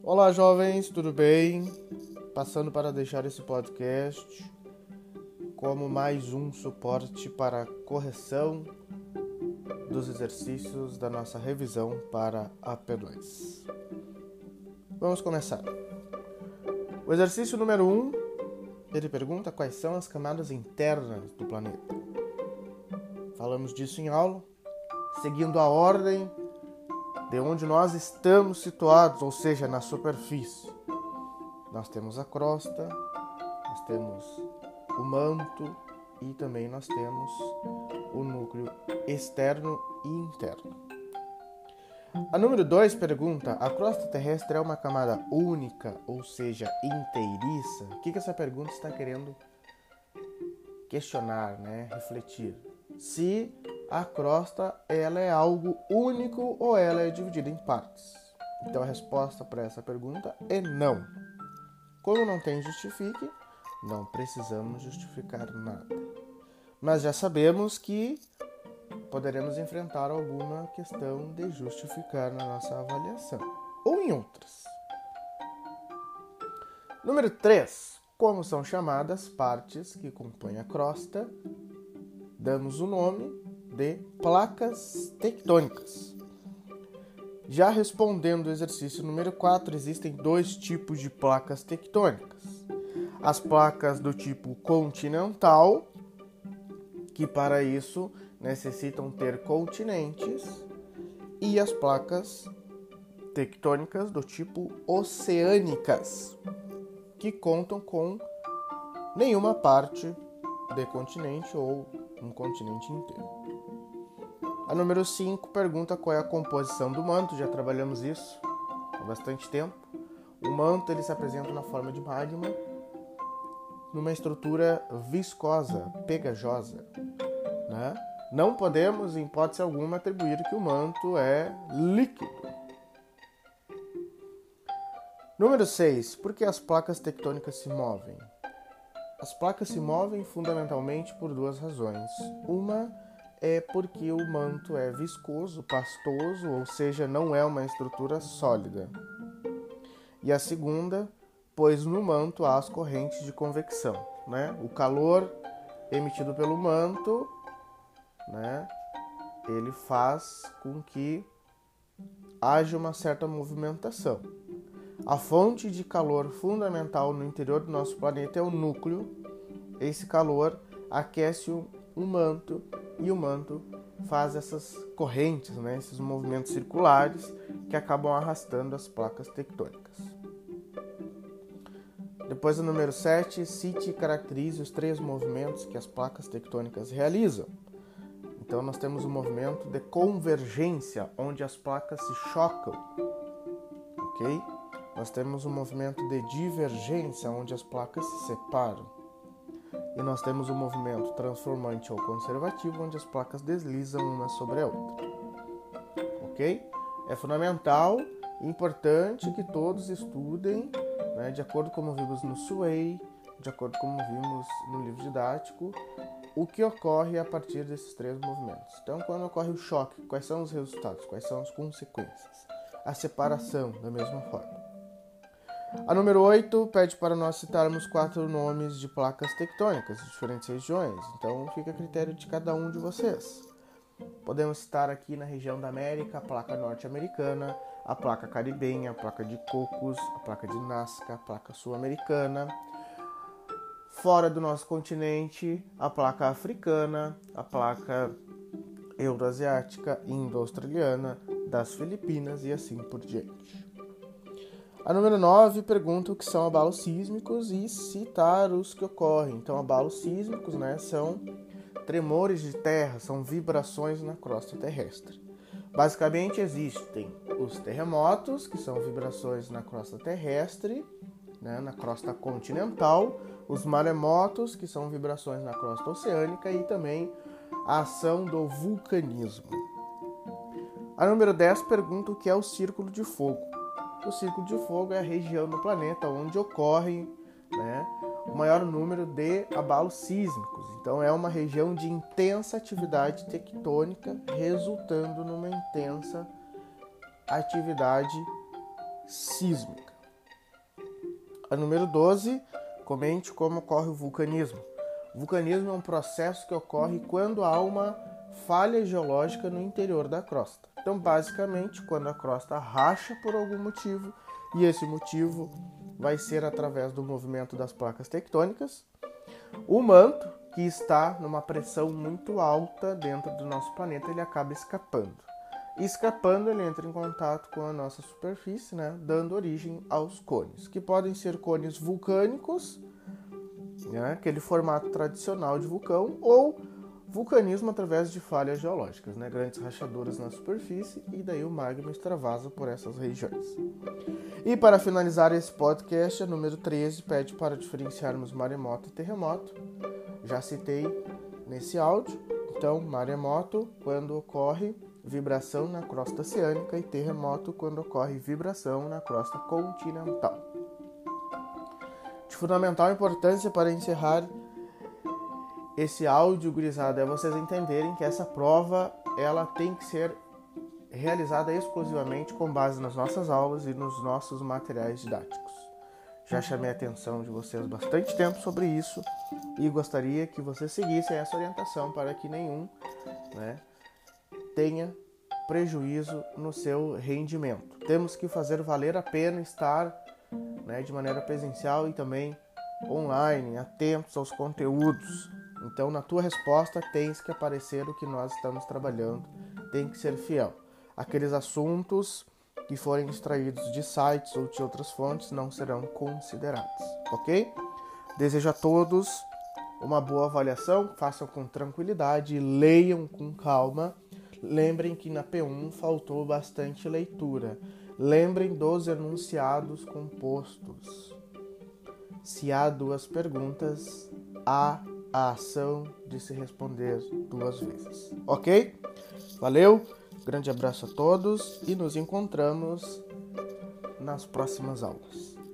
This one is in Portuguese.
Olá, jovens, tudo bem? Passando para deixar esse podcast como mais um suporte para a correção dos exercícios da nossa revisão para a P2. Vamos começar. O exercício número 1, ele pergunta quais são as camadas internas do planeta. Falamos disso em aula, seguindo a ordem de onde nós estamos situados, ou seja, na superfície. Nós temos a crosta, nós temos o manto e também nós temos o núcleo externo e interno. A número 2 pergunta, a crosta terrestre é uma camada única, ou seja, inteiriça? O que essa pergunta está querendo questionar, refletir? Se a crosta ela é algo único ou ela é dividida em partes. Então a resposta para essa pergunta é não. Como não tem justifique, não precisamos justificar nada. Mas já sabemos que poderemos enfrentar alguma questão de justificar na nossa avaliação, ou em outras. Número 3. Como são chamadas partes que compõem a crosta? Damos o nome de placas tectônicas. Já respondendo o exercício número 4, existem dois tipos de placas tectônicas. As placas do tipo continental, que para isso necessitam ter continentes, e as placas tectônicas do tipo oceânicas, que contam com nenhuma parte de continente ou um continente inteiro. A número 5 pergunta qual é a composição do manto. Já trabalhamos isso há bastante tempo. O manto ele se apresenta na forma de magma, numa estrutura viscosa, pegajosa. Não podemos, em hipótese alguma, atribuir que o manto é líquido. Número 6. Por que as placas tectônicas se movem? As placas se movem fundamentalmente por duas razões. Uma é porque o manto é viscoso, pastoso, ou seja, não é uma estrutura sólida. E a segunda, pois no manto há as correntes de convecção. O calor emitido pelo manto, ele faz com que haja uma certa movimentação. A fonte de calor fundamental no interior do nosso planeta é o núcleo. Esse calor aquece o manto e o manto faz essas correntes, esses movimentos circulares que acabam arrastando as placas tectônicas. Depois, o número 7, cite e caracterize os 3 movimentos que as placas tectônicas realizam. Então, nós temos o movimento de convergência, onde as placas se chocam, ok? Nós temos o movimento de divergência, onde as placas se separam. E nós temos o movimento transformante ou conservativo, onde as placas deslizam uma sobre a outra. Ok? É fundamental e importante que todos estudem, de acordo com como vimos no SWAY, de acordo com como vimos no livro didático, o que ocorre a partir desses 3 movimentos. Então, quando ocorre o choque, quais são os resultados, quais são as consequências? A separação, da mesma forma. A número 8 pede para nós citarmos 4 nomes de placas tectônicas de diferentes regiões. Então, fica a critério de cada um de vocês. Podemos citar aqui na região da América a placa norte-americana, a placa caribenha, a placa de Cocos, a placa de Nazca, a placa sul-americana. Fora do nosso continente, a placa africana, a placa euroasiática, indo-australiana, das Filipinas e assim por diante. A número 9 pergunta o que são abalos sísmicos e citar os que ocorrem. Então, abalos sísmicos são tremores de terra, são vibrações na crosta terrestre. Basicamente, existem os terremotos, que são vibrações na crosta terrestre, na crosta continental, os maremotos, que são vibrações na crosta oceânica, e também a ação do vulcanismo. A número 10 pergunta o que é o círculo de fogo. O círculo de fogo é a região do planeta onde ocorre o maior número de abalos sísmicos. Então, é uma região de intensa atividade tectônica, resultando numa intensa atividade sísmica. A número 12, comente como ocorre o vulcanismo. O vulcanismo é um processo que ocorre quando há uma falha geológica no interior da crosta. Então, basicamente, quando a crosta racha por algum motivo, e esse motivo vai ser através do movimento das placas tectônicas, o manto, que está numa pressão muito alta dentro do nosso planeta, ele acaba escapando. E escapando, ele entra em contato com a nossa superfície, né, dando origem aos cones, que podem ser cones vulcânicos, né, aquele formato tradicional de vulcão, ou vulcanismo através de falhas geológicas, né, grandes rachaduras na superfície, e daí o magma extravasa por essas regiões. E para finalizar esse podcast, a número 13 pede para diferenciarmos maremoto e terremoto. Já citei nesse áudio. Então, maremoto, quando ocorre vibração na crosta oceânica, e terremoto, quando ocorre vibração na crosta continental. De fundamental importância para encerrar esse áudio, gurizada, é vocês entenderem que essa prova ela tem que ser realizada exclusivamente com base nas nossas aulas e nos nossos materiais didáticos. Já chamei a atenção de vocês bastante tempo sobre isso e gostaria que vocês seguissem essa orientação para que nenhum, né, tenha prejuízo no seu rendimento. Temos que fazer valer a pena estar, né, de maneira presencial e também online, atentos aos conteúdos. Então, na tua resposta, tens que aparecer o que nós estamos trabalhando, tem que ser fiel. Aqueles assuntos que forem extraídos de sites ou de outras fontes não serão considerados, ok? Desejo a todos uma boa avaliação, façam com tranquilidade, leiam com calma. Lembrem que na P1 faltou bastante leitura. Lembrem dos enunciados compostos. Se há duas perguntas, há a ação de se responder 2 vezes, ok? Valeu, grande abraço a todos e nos encontramos nas próximas aulas.